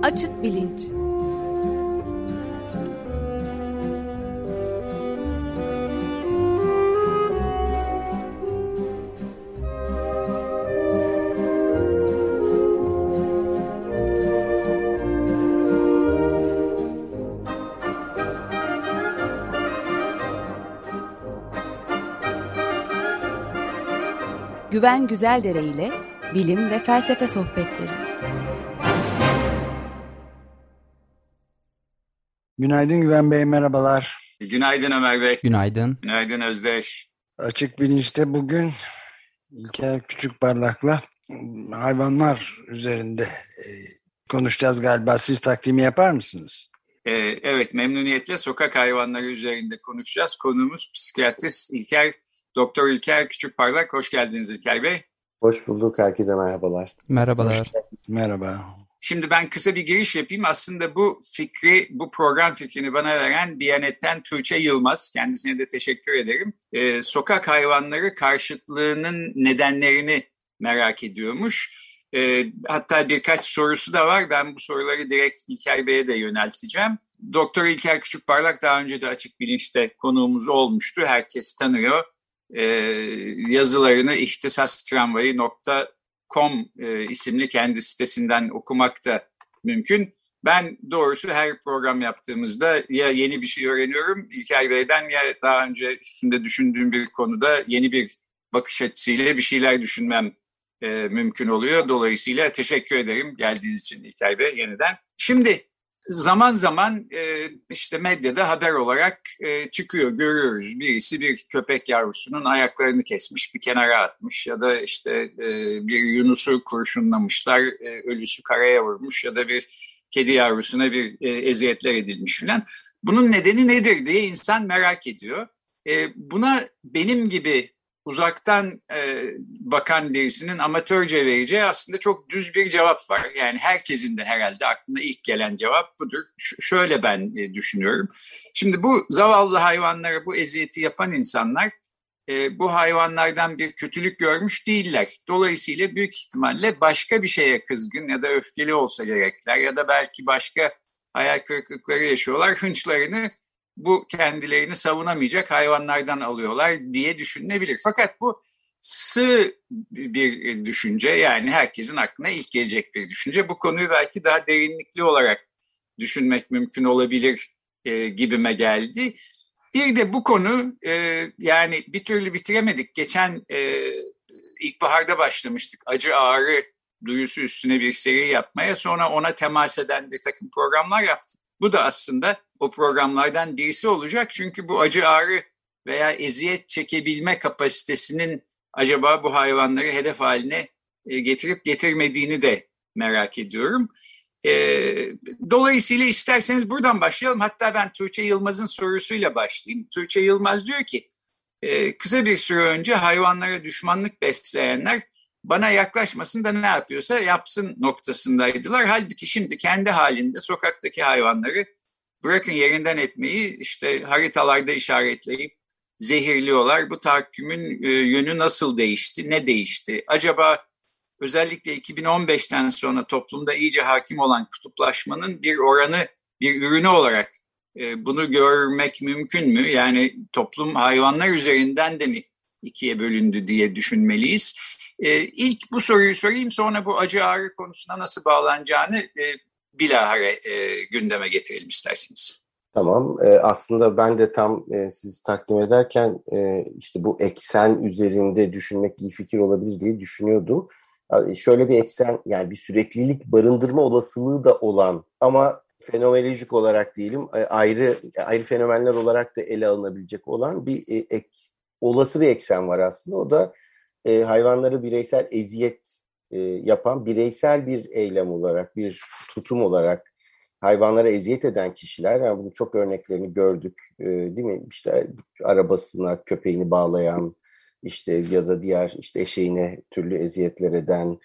Açık bilinç. Güven Güzeldere ile bilim ve felsefe sohbetleri. Günaydın Güven Bey, merhabalar. Günaydın Ömer Bey. Günaydın. Günaydın Özdeş. Açık Bilinç'te bugün İlker Küçükparlak'la hayvanlar üzerinde konuşacağız galiba. Siz takdimi yapar mısınız? Evet, memnuniyetle sokak hayvanları üzerinde konuşacağız. Konuğumuz psikiyatrist Doktor İlker Küçükparlak. Hoş geldiniz İlker Bey. Hoş bulduk. Herkese merhabalar. Merhabalar. Merhaba. Şimdi ben kısa bir giriş yapayım. Aslında bu program fikrini bana veren Biyanet'ten Tuğçe Yılmaz. Kendisine de teşekkür ederim. Sokak hayvanları karşıtlığının nedenlerini merak ediyormuş. Hatta birkaç sorusu da var. Ben bu soruları direkt İlker Bey'e de yönelteceğim. Doktor İlker Küçükparlak daha önce de Açık Bilinç'te konuğumuz olmuştu. Herkes tanıyor. Yazılarını ihtisastramvayı.com isimli kendi sitesinden okumak da mümkün. Ben doğrusu her program yaptığımızda ya yeni bir şey öğreniyorum İlker Bey'den ya daha önce üstünde düşündüğüm bir konuda yeni bir bakış açısıyla bir şeyler düşünmem mümkün oluyor. Dolayısıyla teşekkür ederim geldiğiniz için İlker Bey yeniden. Şimdi zaman zaman işte medyada haber olarak çıkıyor, görüyoruz. Birisi bir köpek yavrusunun ayaklarını kesmiş, bir kenara atmış ya da işte bir yunusu kurşunlamışlar, ölüsü karaya vurmuş ya da bir kedi yavrusuna bir eziyetler edilmiş filan. Bunun nedeni nedir diye insan merak ediyor. Buna benim gibi uzaktan bakan birisinin amatörce vereceği aslında çok düz bir cevap var. Yani herkesin de herhalde aklına ilk gelen cevap budur. Şöyle ben düşünüyorum. Şimdi bu zavallı hayvanlara bu eziyeti yapan insanlar bu hayvanlardan bir kötülük görmüş değiller. Dolayısıyla büyük ihtimalle başka bir şeye kızgın ya da öfkeli olsa gerekler ya da belki başka hayal kırıklıkları yaşıyorlar. Hınçlarını bu kendilerini savunamayacak hayvanlardan alıyorlar diye düşünülebilir. Fakat bu sığ bir düşünce, yani herkesin aklına ilk gelecek bir düşünce. Bu konuyu belki daha derinlikli olarak düşünmek mümkün olabilir gibime geldi. Bir de bu konu yani bir türlü bitiremedik. Geçen ilkbaharda başlamıştık acı ağrı duyusu üstüne bir seri yapmaya. Sonra ona temas eden bir takım programlar yaptık. Bu da aslında o programlardan birisi olacak. Çünkü bu acı ağrı veya eziyet çekebilme kapasitesinin acaba bu hayvanları hedef haline getirip getirmediğini de merak ediyorum. Dolayısıyla isterseniz buradan başlayalım. Hatta ben Tuğçe Yılmaz'ın sorusuyla başlayayım. Tuğçe Yılmaz diyor ki kısa bir süre önce hayvanlara düşmanlık besleyenler bana yaklaşmasın da ne yapıyorsa yapsın noktasındaydılar. Halbuki şimdi kendi halinde sokaktaki hayvanları bırakın yerinden etmeyi işte haritalarda işaretleyip zehirliyorlar. Bu tahakkümün yönü nasıl değişti, ne değişti? Acaba özellikle 2015'ten sonra toplumda iyice hakim olan kutuplaşmanın bir oranı, bir ürünü olarak bunu görmek mümkün mü? Yani toplum hayvanlar üzerinden de mi ikiye bölündü diye düşünmeliyiz? İlk bu soruyu sorayım, sonra bu acı ağrı konusuna nasıl bağlanacağını bilahare gündeme getirelim isterseniz. Tamam. Aslında ben de tam sizi takdim ederken işte bu eksen üzerinde düşünmek iyi fikir olabilir diye düşünüyordum. Şöyle bir eksen, yani bir süreklilik barındırma olasılığı da olan ama fenomenolojik olarak diyelim ayrı fenomenler olarak da ele alınabilecek olan bir olası bir eksen var aslında. O da hayvanları bireysel eziyet yapan bireysel bir eylem olarak, bir tutum olarak hayvanlara eziyet eden kişiler. Yani bunun çok örneklerini gördük, değil mi? İşte arabasına köpeğini bağlayan, işte ya da diğer işte eşeğine türlü eziyetler eden,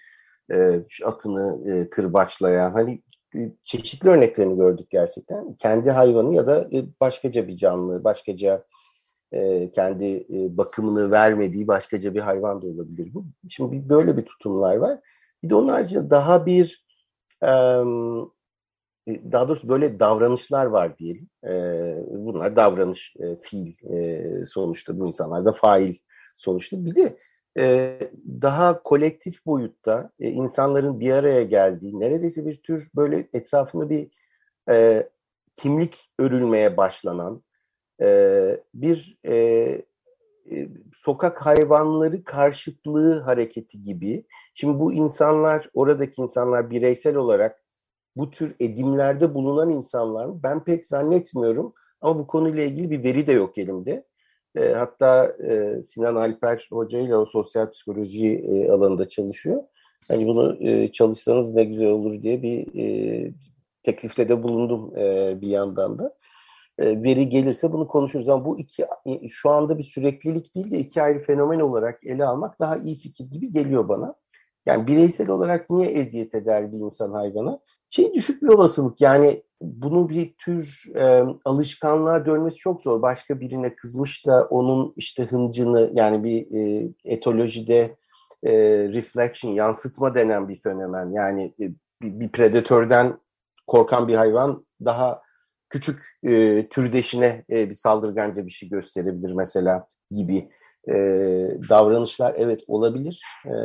atını kırbaçlayan, hani çeşitli örneklerini gördük gerçekten. Kendi hayvanı ya da başkaca bir canlı, başkaca kendi bakımını vermediği başkaca bir hayvan da olabilir bu. Şimdi böyle bir tutumlar var. Bir de onun haricinde daha bir daha doğrusu böyle davranışlar var diyelim. Bunlar davranış, fiil sonuçta, bu insanlar da fail sonuçta. Bir de daha kolektif boyutta insanların bir araya geldiği, neredeyse bir tür böyle etrafında bir kimlik örülmeye başlanan bir sokak hayvanları karşıtlığı hareketi gibi. Şimdi bu insanlar, oradaki insanlar bireysel olarak bu tür edimlerde bulunan insanlar mı? Ben pek zannetmiyorum. Ama bu konuyla ilgili bir veri de yok elimde. Hatta Sinan Alper Hoca ile o sosyal psikoloji alanında çalışıyor. Hani bunu çalışsanız ne güzel olur diye bir teklifte de bulundum bir yandan da. Veri gelirse bunu konuşuruz. Ama bu iki, şu anda bir süreklilik değil de iki ayrı fenomen olarak ele almak daha iyi fikir gibi geliyor bana. Yani bireysel olarak niye eziyet eder bir insan hayvana? Düşük bir olasılık, yani bunu bir tür alışkanlığa dönmesi çok zor. Başka birine kızmış da onun işte hıncını, yani bir etolojide reflection, yansıtma denen bir fenomen. Yani bir predatörden korkan bir hayvan daha küçük türdeşine bir saldırganca bir şey gösterebilir mesela gibi davranışlar evet olabilir.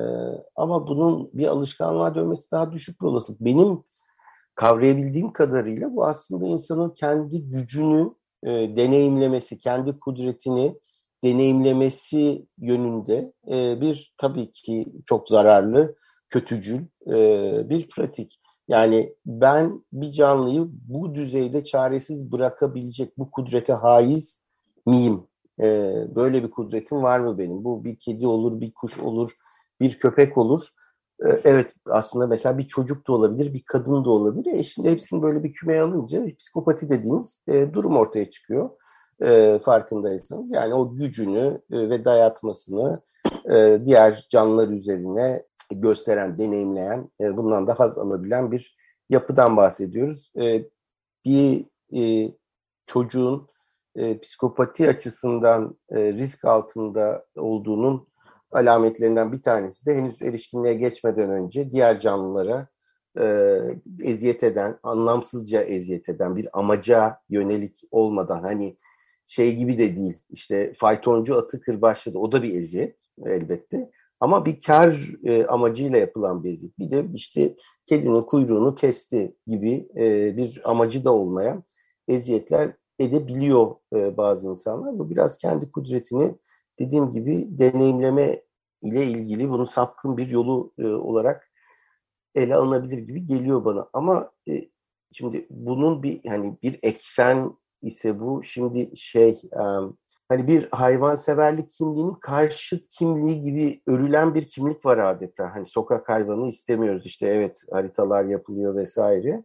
Ama bunun bir alışkanlığa dönmesi daha düşük bir olasılık. Benim kavrayabildiğim kadarıyla bu aslında insanın kendi gücünü deneyimlemesi, kendi kudretini deneyimlemesi yönünde bir, tabii ki çok zararlı, kötücül bir pratik. Yani ben bir canlıyı bu düzeyde çaresiz bırakabilecek bu kudrete haiz miyim? Böyle bir kudretim var mı benim? Bu bir kedi olur, bir kuş olur, bir köpek olur. Evet, aslında mesela bir çocuk da olabilir, bir kadın da olabilir. Şimdi hepsini böyle bir kümeye alınca psikopati dediğimiz durum ortaya çıkıyor. Farkındaysanız. Yani o gücünü ve dayatmasını diğer canlılar üzerine gösteren, deneyimleyen, bundan da haz alabilen bir yapıdan bahsediyoruz. Bir çocuğun psikopati açısından risk altında olduğunun alametlerinden bir tanesi de henüz erişkinliğe geçmeden önce diğer canlılara eziyet eden, anlamsızca eziyet eden, bir amaca yönelik olmadan, hani şey gibi de değil, işte faytoncu atı kırbaçladı, o da bir eziyet elbette. Ama bir kar amacıyla yapılan bir eziyet. Bir de işte kedinin kuyruğunu kesti gibi bir amacı da olmayan eziyetler edebiliyor bazı insanlar. Bu biraz kendi kudretini, dediğim gibi, deneyimleme ile ilgili bunun sapkın bir yolu olarak ele alınabilir gibi geliyor bana. Ama şimdi bunun bir, hani bir eksen ise bu, şimdi hani bir hayvanseverlik kimliğinin karşıt kimliği gibi örülen bir kimlik var adeta. Hani sokak hayvanı istemiyoruz, işte evet, haritalar yapılıyor vesaire.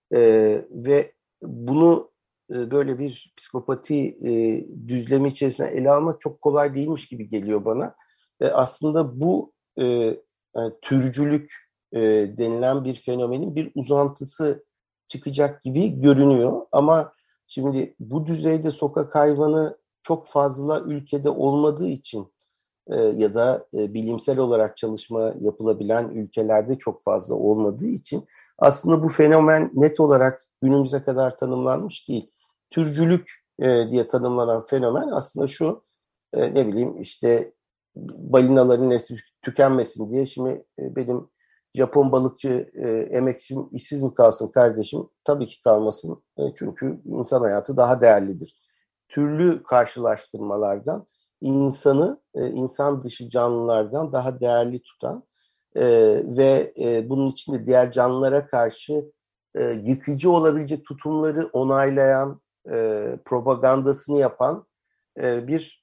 Ve bunu böyle bir psikopati düzlemi içerisinde ele almak çok kolay değilmiş gibi geliyor bana. Aslında bu yani türcülük denilen bir fenomenin bir uzantısı çıkacak gibi görünüyor. Ama şimdi bu düzeyde sokak hayvanı çok fazla ülkede olmadığı için ya da bilimsel olarak çalışma yapılabilen ülkelerde çok fazla olmadığı için aslında bu fenomen net olarak günümüze kadar tanımlanmış değil. Türcülük diye tanımlanan fenomen aslında şu, ne bileyim işte, balinaların nesli tükenmesin diye şimdi benim Japon balıkçı emekçim işsiz mi kalsın kardeşim? Tabii ki kalmasın. Çünkü insan hayatı daha değerlidir. Türlü karşılaştırmalardan insanı insan dışı canlılardan daha değerli tutan ve bunun içinde diğer canlılara karşı yıkıcı olabilecek tutumları onaylayan, propagandasını yapan bir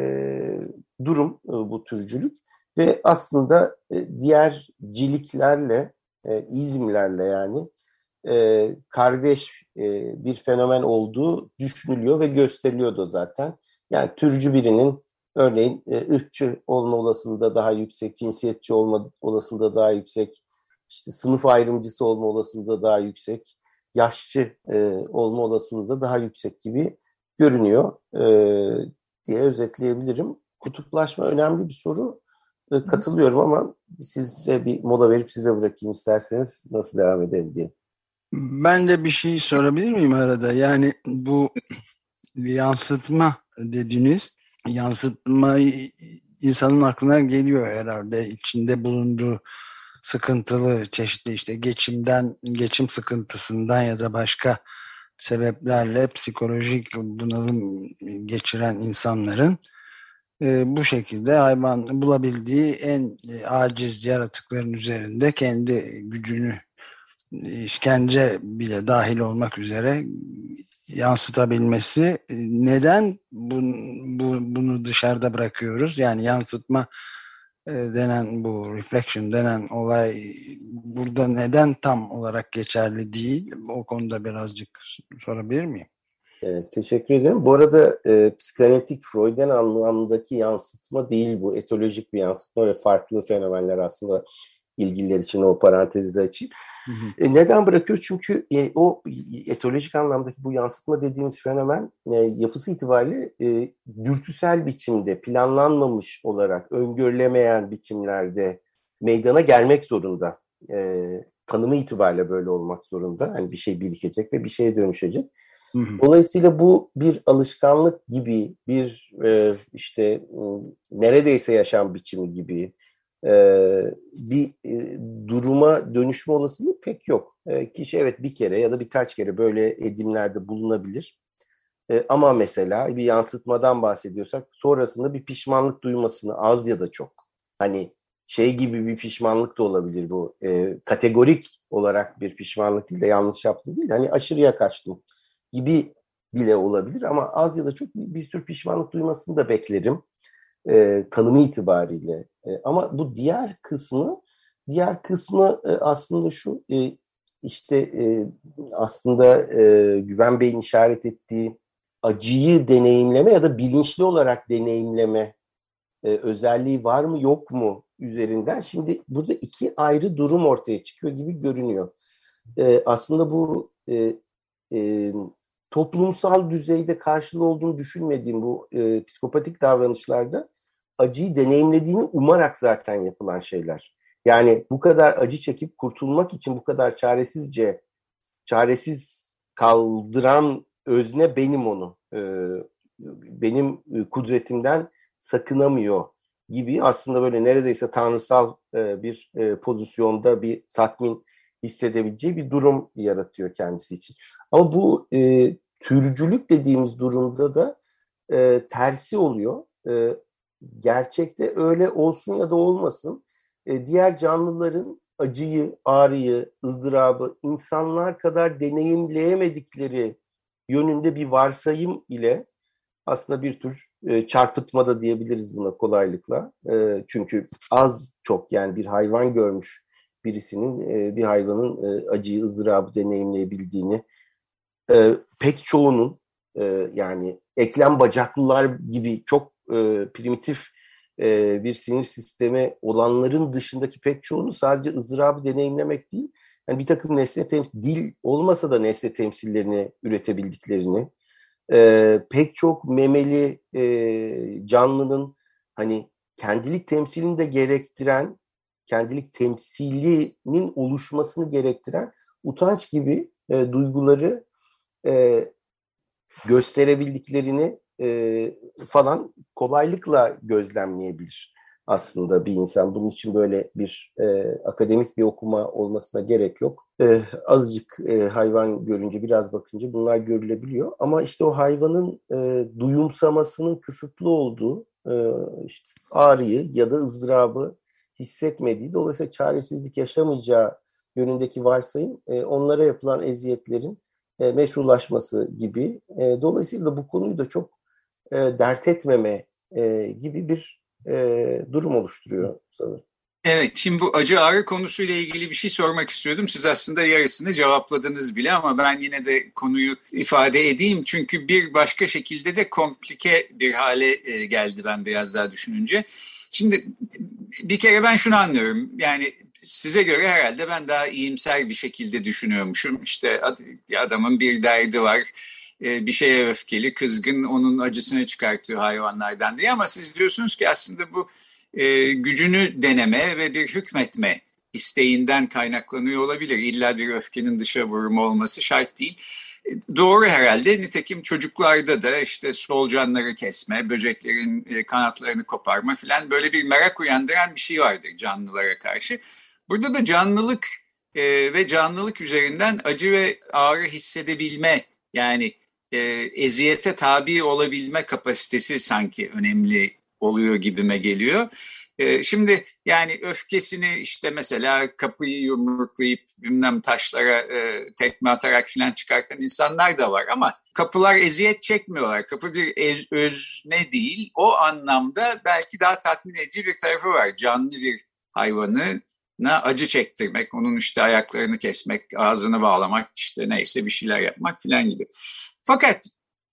durum bu türcülük. Ve aslında diğer ciliklerle, izmlerle, yani kardeş bir fenomen olduğu düşünülüyor ve gösteriliyordu zaten. Yani türcü birinin örneğin ırkçı olma olasılığı da daha yüksek, cinsiyetçi olma olasılığı da daha yüksek, işte sınıf ayrımcısı olma olasılığı da daha yüksek, yaşçı olma olasılığı da daha yüksek gibi görünüyor diye özetleyebilirim. Kutuplaşma önemli bir soru. Katılıyorum ama size bir mola verip size bırakayım isterseniz, nasıl devam edelim diye. Ben de bir şey sorabilir miyim arada? Yani bu yansıtma dediniz. Yansıtma insanın aklına geliyor herhalde. İçinde bulunduğu sıkıntılı çeşitli işte geçim sıkıntısından ya da başka sebeplerle psikolojik bunalım geçiren insanların bu şekilde hayvan bulabildiği en aciz yaratıkların üzerinde kendi gücünü işkence bile dahil olmak üzere yansıtabilmesi. Neden bunu dışarıda bırakıyoruz? Yani yansıtma denen bu reflection denen olay burada neden tam olarak geçerli değil? O konuda birazcık sorabilir miyim? Teşekkür ederim. Bu arada psikanalitik Freudian anlamdaki yansıtma değil bu. Etolojik bir yansıtma ve farklı fenomenler aslında ilgililer için o parantezi de açayım. Hı hı. Neden bırakıyoruz? Çünkü o etolojik anlamdaki bu yansıtma dediğimiz fenomen yapısı itibariyle dürtüsel biçimde, planlanmamış olarak, öngörülemeyen biçimlerde meydana gelmek zorunda. Tanımı itibariyle böyle olmak zorunda. Hani bir şey birikecek ve bir şeye dönüşecek. Hı hı. Dolayısıyla bu bir alışkanlık gibi, bir neredeyse yaşam biçimi gibi bir duruma dönüşme olasılığı pek yok. Kişi evet bir kere ya da birkaç kere böyle edimlerde bulunabilir. Ama mesela bir yansıtmadan bahsediyorsak sonrasında bir pişmanlık duymasını az ya da çok. Hani şey gibi bir pişmanlık da olabilir bu. Kategorik olarak bir pişmanlık değil de yanlış yaptım değil de hani aşırıya kaçtım gibi bile olabilir ama az ya da çok bir tür pişmanlık duymasını da beklerim tanımı itibariyle. Ama bu diğer kısmı aslında şu aslında Güven Bey'in işaret ettiği acıyı deneyimleme ya da bilinçli olarak deneyimleme özelliği var mı yok mu üzerinden. Şimdi burada iki ayrı durum ortaya çıkıyor gibi görünüyor. Aslında bu toplumsal düzeyde karşılığı olduğunu düşünmediğim bu psikopatik davranışlarda acıyı deneyimlediğini umarak zaten yapılan şeyler. Yani bu kadar acı çekip kurtulmak için bu kadar çaresiz kaldıran özne benim onu. Benim kudretimden sakınamıyor gibi aslında böyle neredeyse tanrısal bir pozisyonda bir tatmin hissedebileceği bir durum yaratıyor kendisi için. Ama bu türcülük dediğimiz durumda da tersi oluyor. Gerçekte öyle olsun ya da olmasın diğer canlıların acıyı, ağrıyı, ızdırabı insanlar kadar deneyimleyemedikleri yönünde bir varsayım ile aslında bir tür çarpıtma da diyebiliriz buna kolaylıkla. Çünkü az çok yani bir hayvan görmüş birisinin bir hayvanın acıyı, ızdırabı deneyimleyebildiğini pek çoğunun yani eklem bacaklılar gibi çok primitif bir sinir sistemi olanların dışındaki pek çoğunu sadece ızdırabı deneyimlemek değil, yani bir takım nesne dil olmasa da nesne temsillerini üretebildiklerini, pek çok memeli canlının hani kendilik temsilini de gerektiren, kendilik temsilinin oluşmasını gerektiren utanç gibi duyguları gösterebildiklerini falan kolaylıkla gözlemleyebilir aslında bir insan. Bunun için böyle bir akademik bir okuma olmasına gerek yok. Azıcık hayvan görünce, biraz bakınca bunlar görülebiliyor. Ama işte o hayvanın duyumsamasının kısıtlı olduğu, işte ağrıyı ya da ızdırabı hissetmediği, dolayısıyla çaresizlik yaşamayacağı yönündeki varsayım onlara yapılan eziyetlerin meşrulaşması gibi. Dolayısıyla da bu konuyu da çok dert etmeme gibi bir durum oluşturuyor sanırım. Evet, şimdi bu acı ağrı konusuyla ilgili bir şey sormak istiyordum. Siz aslında yarısını cevapladınız bile ama ben yine de konuyu ifade edeyim. Çünkü bir başka şekilde de komplike bir hale geldi ben biraz daha düşününce. Şimdi bir kere ben şunu anlıyorum. Yani size göre herhalde ben daha iyimser bir şekilde düşünüyormuşum. İşte adamın bir derdi var. Bir şeye öfkeli, kızgın, onun acısını çıkartıyor hayvanlardan diye. Ama siz diyorsunuz ki aslında bu gücünü deneme ve bir hükmetme isteğinden kaynaklanıyor olabilir. İlla bir öfkenin dışa vurumu olması şart değil. Doğru herhalde. Nitekim çocuklarda da işte solucanları kesme, böceklerin kanatlarını koparma falan böyle bir merak uyandıran bir şey vardır canlılara karşı. Burada da canlılık ve canlılık üzerinden acı ve ağrı hissedebilme, yani eziyete tabi olabilme kapasitesi sanki önemli oluyor gibime geliyor. Şimdi yani öfkesini işte mesela kapıyı yumruklayıp bilmem taşlara tekme atarak falan çıkartan insanlar da var ama kapılar eziyet çekmiyorlar. Kapı bir özne değil. O anlamda belki daha tatmin edici bir tarafı var. Canlı bir hayvanına acı çektirmek, onun işte ayaklarını kesmek, ağzını bağlamak, işte neyse bir şeyler yapmak falan gibi. Fakat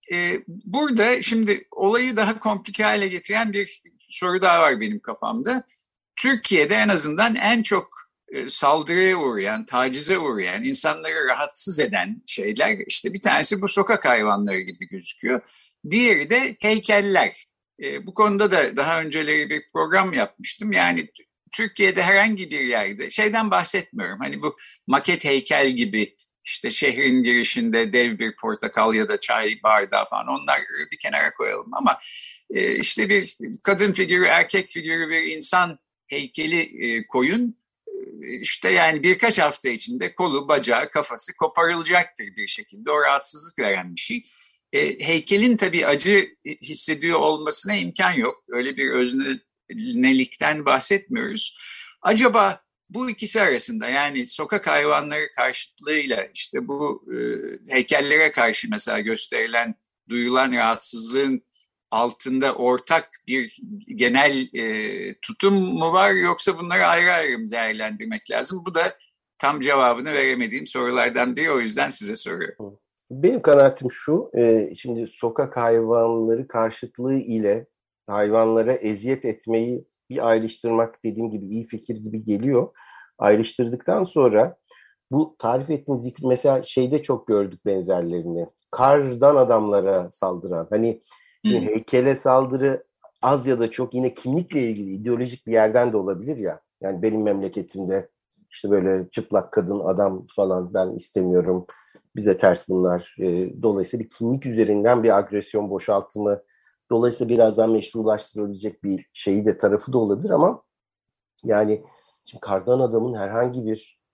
burada şimdi olayı daha komplike hale getiren bir soru daha var benim kafamda. Türkiye'de en azından en çok saldırıya uğrayan, tacize uğrayan, insanları rahatsız eden şeyler, işte bir tanesi bu sokak hayvanları gibi gözüküyor. Diğeri de heykeller. Bu konuda da daha önceleri bir program yapmıştım. Yani Türkiye'de herhangi bir yerde şeyden bahsetmiyorum. Hani bu maket heykel gibi işte şehrin girişinde dev bir portakal ya da çay bardağı falan, onlar bir kenara koyalım ama işte bir kadın figürü, erkek figürü, bir insan heykeli koyun. İşte yani birkaç hafta içinde kolu, bacağı, kafası koparılacaktır bir şekilde. O rahatsızlık veren bir şey. Heykelin tabii acı hissediyor olmasına imkan yok. Öyle bir öznelikten bahsetmiyoruz. Acaba bu ikisi arasında, yani sokak hayvanları karşıtlığıyla işte bu heykellere karşı mesela gösterilen, duyulan rahatsızlığın altında ortak bir genel tutum mu var, yoksa bunları ayrı ayrı mı değerlendirmek lazım? Bu da tam cevabını veremediğim sorulardan biri, o yüzden size soruyorum. Benim kanaatim şu, şimdi sokak hayvanları karşıtlığı ile hayvanlara eziyet etmeyi bir ayrıştırmak dediğim gibi iyi fikir gibi geliyor. Ayrıştırdıktan sonra bu tarif ettiğiniz zikir mesela şeyde çok gördük benzerlerini. Kardan adamlara saldıran, hani şimdi heykele saldırı az ya da çok yine kimlikle ilgili ideolojik bir yerden de olabilir ya. Yani benim memleketimde işte böyle çıplak kadın adam falan ben istemiyorum, bize ters bunlar. Dolayısıyla bir kimlik üzerinden bir agresyon boşaltımı, dolayısıyla birazdan meşrulaştırılabilecek bir şeyi de tarafı da olabilir ama yani şimdi kardan adamın herhangi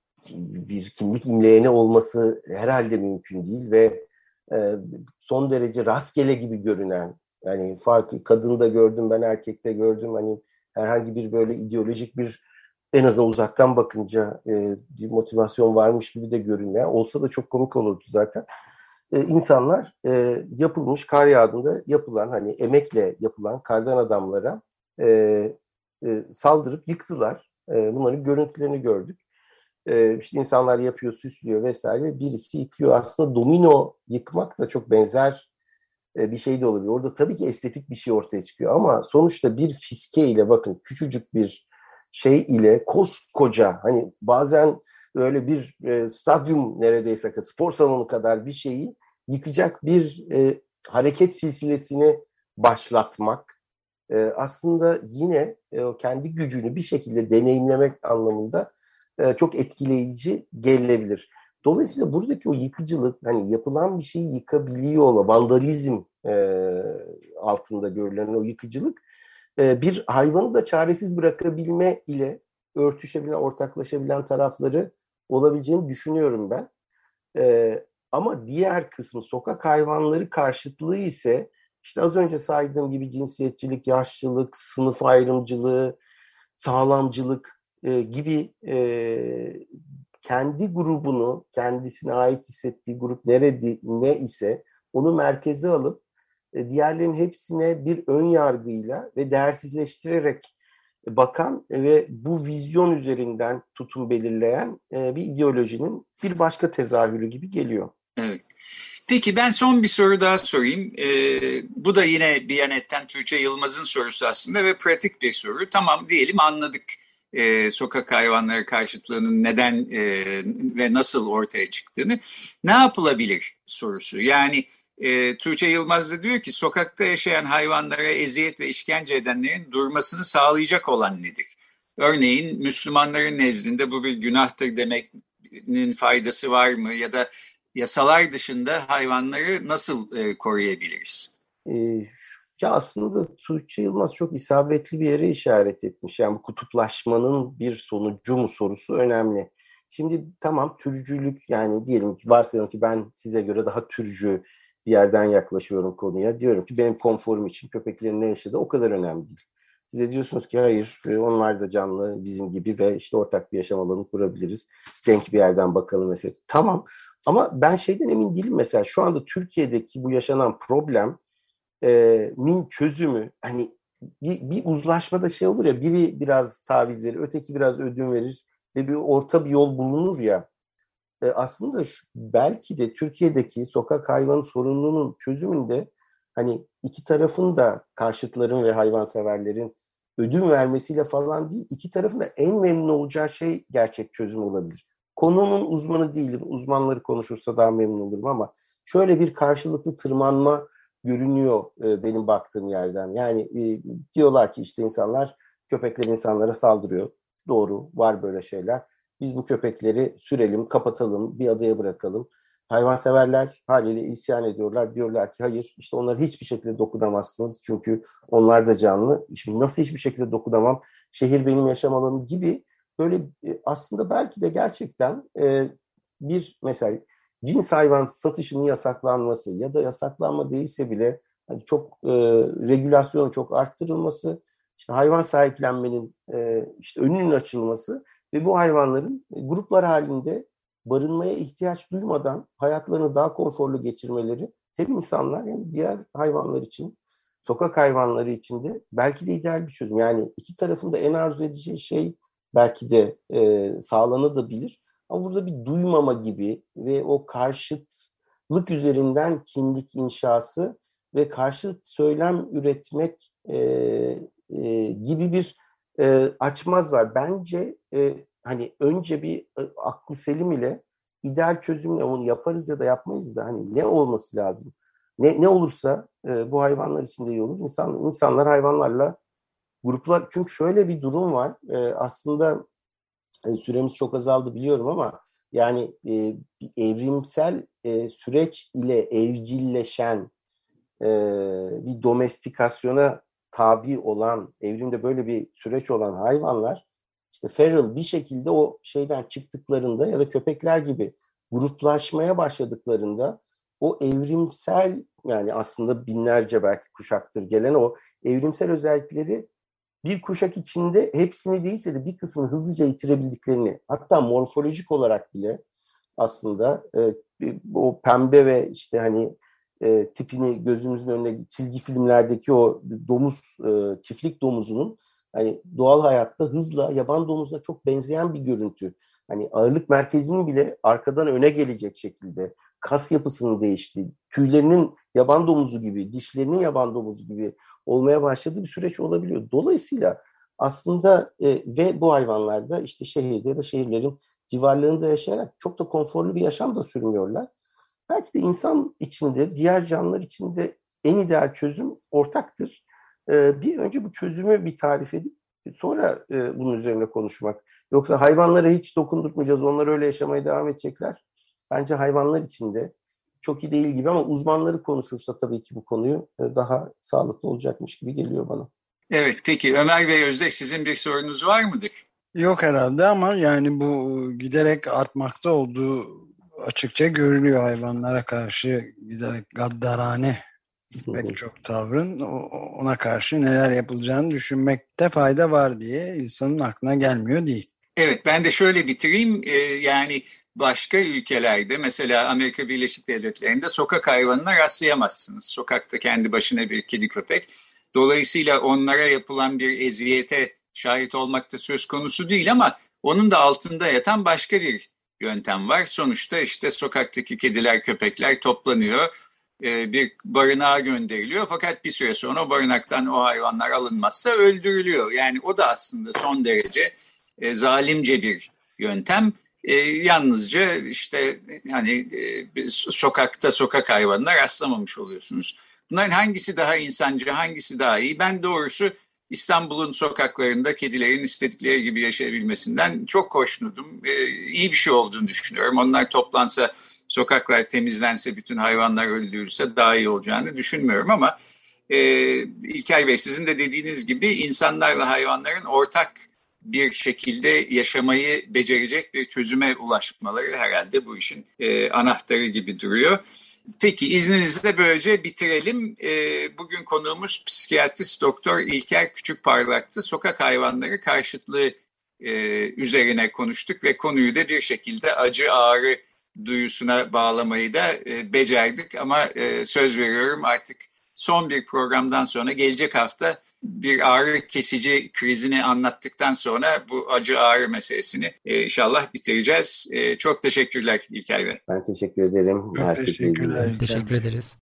bir kimlik imleyeni olması herhalde mümkün değil ve son derece rastgele gibi görünen, yani farkı kadında gördüm ben, erkekte gördüm, hani herhangi bir böyle ideolojik bir, en azından uzaktan bakınca bir motivasyon varmış gibi de görünüyor. Olsa da çok komik olurdu zaten. İnsanlar yapılmış kar yağdığında yapılan, hani emekle yapılan kardan adamlara saldırıp yıktılar. Bunların görüntülerini gördük. İşte insanlar yapıyor, süslüyor vesaire. Birisi yıkıyor. Aslında domino yıkmak da çok benzer bir şey de olabilir. Orada tabii ki estetik bir şey ortaya çıkıyor ama sonuçta bir fiske ile, bakın küçücük bir şey ile koskoca, hani bazen öyle bir stadyum, neredeyse spor salonu kadar bir şeyi yıkacak bir hareket silsilesini başlatmak aslında yine kendi gücünü bir şekilde deneyimlemek anlamında çok etkileyici gelebilir. Dolayısıyla buradaki o yıkıcılık, hani yapılan bir şeyi yıkabiliyor olma, vandalizm altında görülen o yıkıcılık bir hayvanı da çaresiz bırakabilme ile örtüşebilen, ortaklaşabilen tarafları olabileceğini düşünüyorum ben. Ama diğer kısmı, sokak hayvanları karşıtlığı ise işte az önce saydığım gibi cinsiyetçilik, yaşlılık, sınıf ayrımcılığı, sağlamcılık gibi kendi grubunu, kendisine ait hissettiği grup ne ise onu merkeze alıp diğerlerinin hepsine bir ön yargıyla ve değersizleştirerek bakan ve bu vizyon üzerinden tutum belirleyen bir ideolojinin bir başka tezahürü gibi geliyor. Evet. Peki ben son bir soru daha sorayım. Bu da yine Biyanet'ten Tuğçe Yılmaz'ın sorusu aslında ve pratik bir soru. Tamam diyelim, anladık sokak hayvanları karşıtlığının neden ve nasıl ortaya çıktığını. Ne yapılabilir sorusu. Yani Tuğçe Yılmaz da diyor ki sokakta yaşayan hayvanlara eziyet ve işkence edenlerin durmasını sağlayacak olan nedir? Örneğin Müslümanların nezdinde bu bir günahtır demekinin faydası var mı? Ya da yasalar dışında hayvanları nasıl koruyabiliriz? Ya aslında Tuğçe Yılmaz çok isabetli bir yere işaret etmiş. Yani bu kutuplaşmanın bir sonucu mu sorusu önemli. Şimdi tamam, türcülük, yani diyelim ki varsayalım ki ben size göre daha türcü bir yerden yaklaşıyorum konuya. Diyorum ki benim konforum için köpeklerin ne yaşadığı o kadar önemli değil. Size diyorsunuz ki hayır, onlar da canlı bizim gibi ve işte ortak bir yaşam alanı kurabiliriz. Denk bir yerden bakalım mesela. Tamam, ama ben şeyden emin değilim, mesela şu anda Türkiye'deki bu yaşanan problem min çözümü, hani bir uzlaşmada şey olur ya, biri biraz taviz verir, öteki biraz ödün verir ve bir orta bir yol bulunur ya. Aslında belki de Türkiye'deki sokak hayvanı sorununun çözümünde hani iki tarafın da, karşıtların ve hayvanseverlerin ödün vermesiyle falan değil, iki tarafın da en memnun olacağı şey gerçek çözüm olabilir. Konunun uzmanı değilim, uzmanları konuşursa daha memnun olurum ama şöyle bir karşılıklı tırmanma görünüyor benim baktığım yerden. Yani diyorlar ki işte köpekler insanlara saldırıyor. Doğru, var böyle şeyler. Biz bu köpekleri sürelim, kapatalım, bir adaya bırakalım. Hayvanseverler haliyle isyan ediyorlar. Diyorlar ki hayır, işte onlara hiçbir şekilde dokunamazsınız. Çünkü onlar da canlı. Şimdi nasıl hiçbir şekilde dokunamam? Şehir benim yaşam alanım gibi, böyle aslında belki de gerçekten bir mesela cins hayvan satışının yasaklanması ya da yasaklanma değilse bile hani çok regülasyonun çok arttırılması, işte hayvan sahiplenmenin işte önünün açılması ve bu hayvanların gruplar halinde barınmaya ihtiyaç duymadan hayatlarını daha konforlu geçirmeleri hem insanlar hem diğer hayvanlar için, sokak hayvanları için de belki de ideal bir çözüm. Yani iki tarafın da en arzu edeceği şey belki de sağlanabilir. Ama burada bir duymama gibi ve o karşıtlık üzerinden kimlik inşası ve karşıt söylem üretmek gibi bir açmaz var. Bence hani önce bir aklı selim ile ideal çözümle onu yaparız ya da yapmayız da hani ne olması lazım? Ne olursa bu hayvanlar için de iyi olur. İnsanlar hayvanlarla gruplar, çünkü şöyle bir durum var. Aslında süremiz çok azaldı biliyorum ama yani bir evrimsel süreç ile evcilleşen, bir domestikasyona tabi olan, evrimde böyle bir süreç olan hayvanlar işte feral bir şekilde o şeyden çıktıklarında ya da köpekler gibi gruplaşmaya başladıklarında o evrimsel, yani aslında binlerce belki kuşaktır gelen o evrimsel özellikleri bir kuşak içinde hepsini değilse de bir kısmını hızlıca yitirebildiklerini, hatta morfolojik olarak bile aslında o pembe ve işte hani tipini gözümüzün önüne, çizgi filmlerdeki o domuz, çiftlik domuzunun hani doğal hayatta hızla yaban domuzuna çok benzeyen bir görüntü. Hani ağırlık merkezinin bile arkadan öne gelecek şekilde kas yapısının değiştiği, tüylerinin yaban domuzu gibi, dişlerinin yaban domuzu gibi olmaya başladığı bir süreç olabiliyor. Dolayısıyla aslında ve bu hayvanlar da işte şehirde ya da şehirlerin civarlarında yaşayarak çok da konforlu bir yaşam da sürmüyorlar. Belki de insan içinde, diğer canlılar içinde en ideal çözüm ortaktır. Bir önce bu çözümü bir tarif edip sonra bunun üzerine konuşmak. Yoksa hayvanlara hiç dokundurtmayacağız, onlar öyle yaşamaya devam edecekler. Bence hayvanlar için de çok iyi değil gibi, ama uzmanları konuşursa tabii ki bu konuyu daha sağlıklı olacakmış gibi geliyor bana. Evet, peki Ömer Bey Özdeş, sizin bir sorunuz var mıdır? Yok herhalde, ama yani bu giderek artmakta olduğu açıkça görülüyor, hayvanlara karşı giderek gaddarane pek çok tavrın, ona karşı neler yapılacağını düşünmekte fayda var diye insanın aklına gelmiyor değil. Evet, ben de şöyle bitireyim. Yani başka ülkelerde, mesela Amerika Birleşik Devletleri'nde sokak hayvanına rastlayamazsınız. Sokakta kendi başına bir kedi köpek. Dolayısıyla onlara yapılan bir eziyete şahit olmak da söz konusu değil, ama onun da altında yatan başka bir yöntem var. Sonuçta işte sokaktaki kediler, köpekler toplanıyor, bir barınağa gönderiliyor. Fakat bir süre sonra o barınaktan o hayvanlar alınmazsa öldürülüyor. Yani o da aslında son derece zalimce bir yöntem. Yalnızca işte hani sokakta sokak hayvanına rastlamamış oluyorsunuz. Bunların hangisi daha insancı, hangisi daha iyi? Ben doğrusu İstanbul'un sokaklarında kedilerin istedikleri gibi yaşayabilmesinden çok hoşnutum. İyi bir şey olduğunu düşünüyorum. Onlar toplansa, sokaklar temizlense, bütün hayvanlar öldürülse daha iyi olacağını düşünmüyorum ama İlker Bey, sizin de dediğiniz gibi insanlarla hayvanların ortak bir şekilde yaşamayı becerecek bir çözüme ulaşmaları herhalde bu işin anahtarı gibi duruyor. Peki, izninizle böylece bitirelim. Bugün konuğumuz psikiyatrist Doktor İlker Küçükparlak'tı. Sokak hayvanları karşıtlığı üzerine konuştuk ve konuyu da bir şekilde acı ağrı duyusuna bağlamayı da becerdik. Ama söz veriyorum, artık son bir programdan sonra gelecek hafta bir ağrı kesici krizini anlattıktan sonra bu acı ağrı meselesini inşallah bitireceğiz. Çok teşekkürler İlker Bey. Ben teşekkür ederim. Çok teşekkürler. Teşekkür ederiz.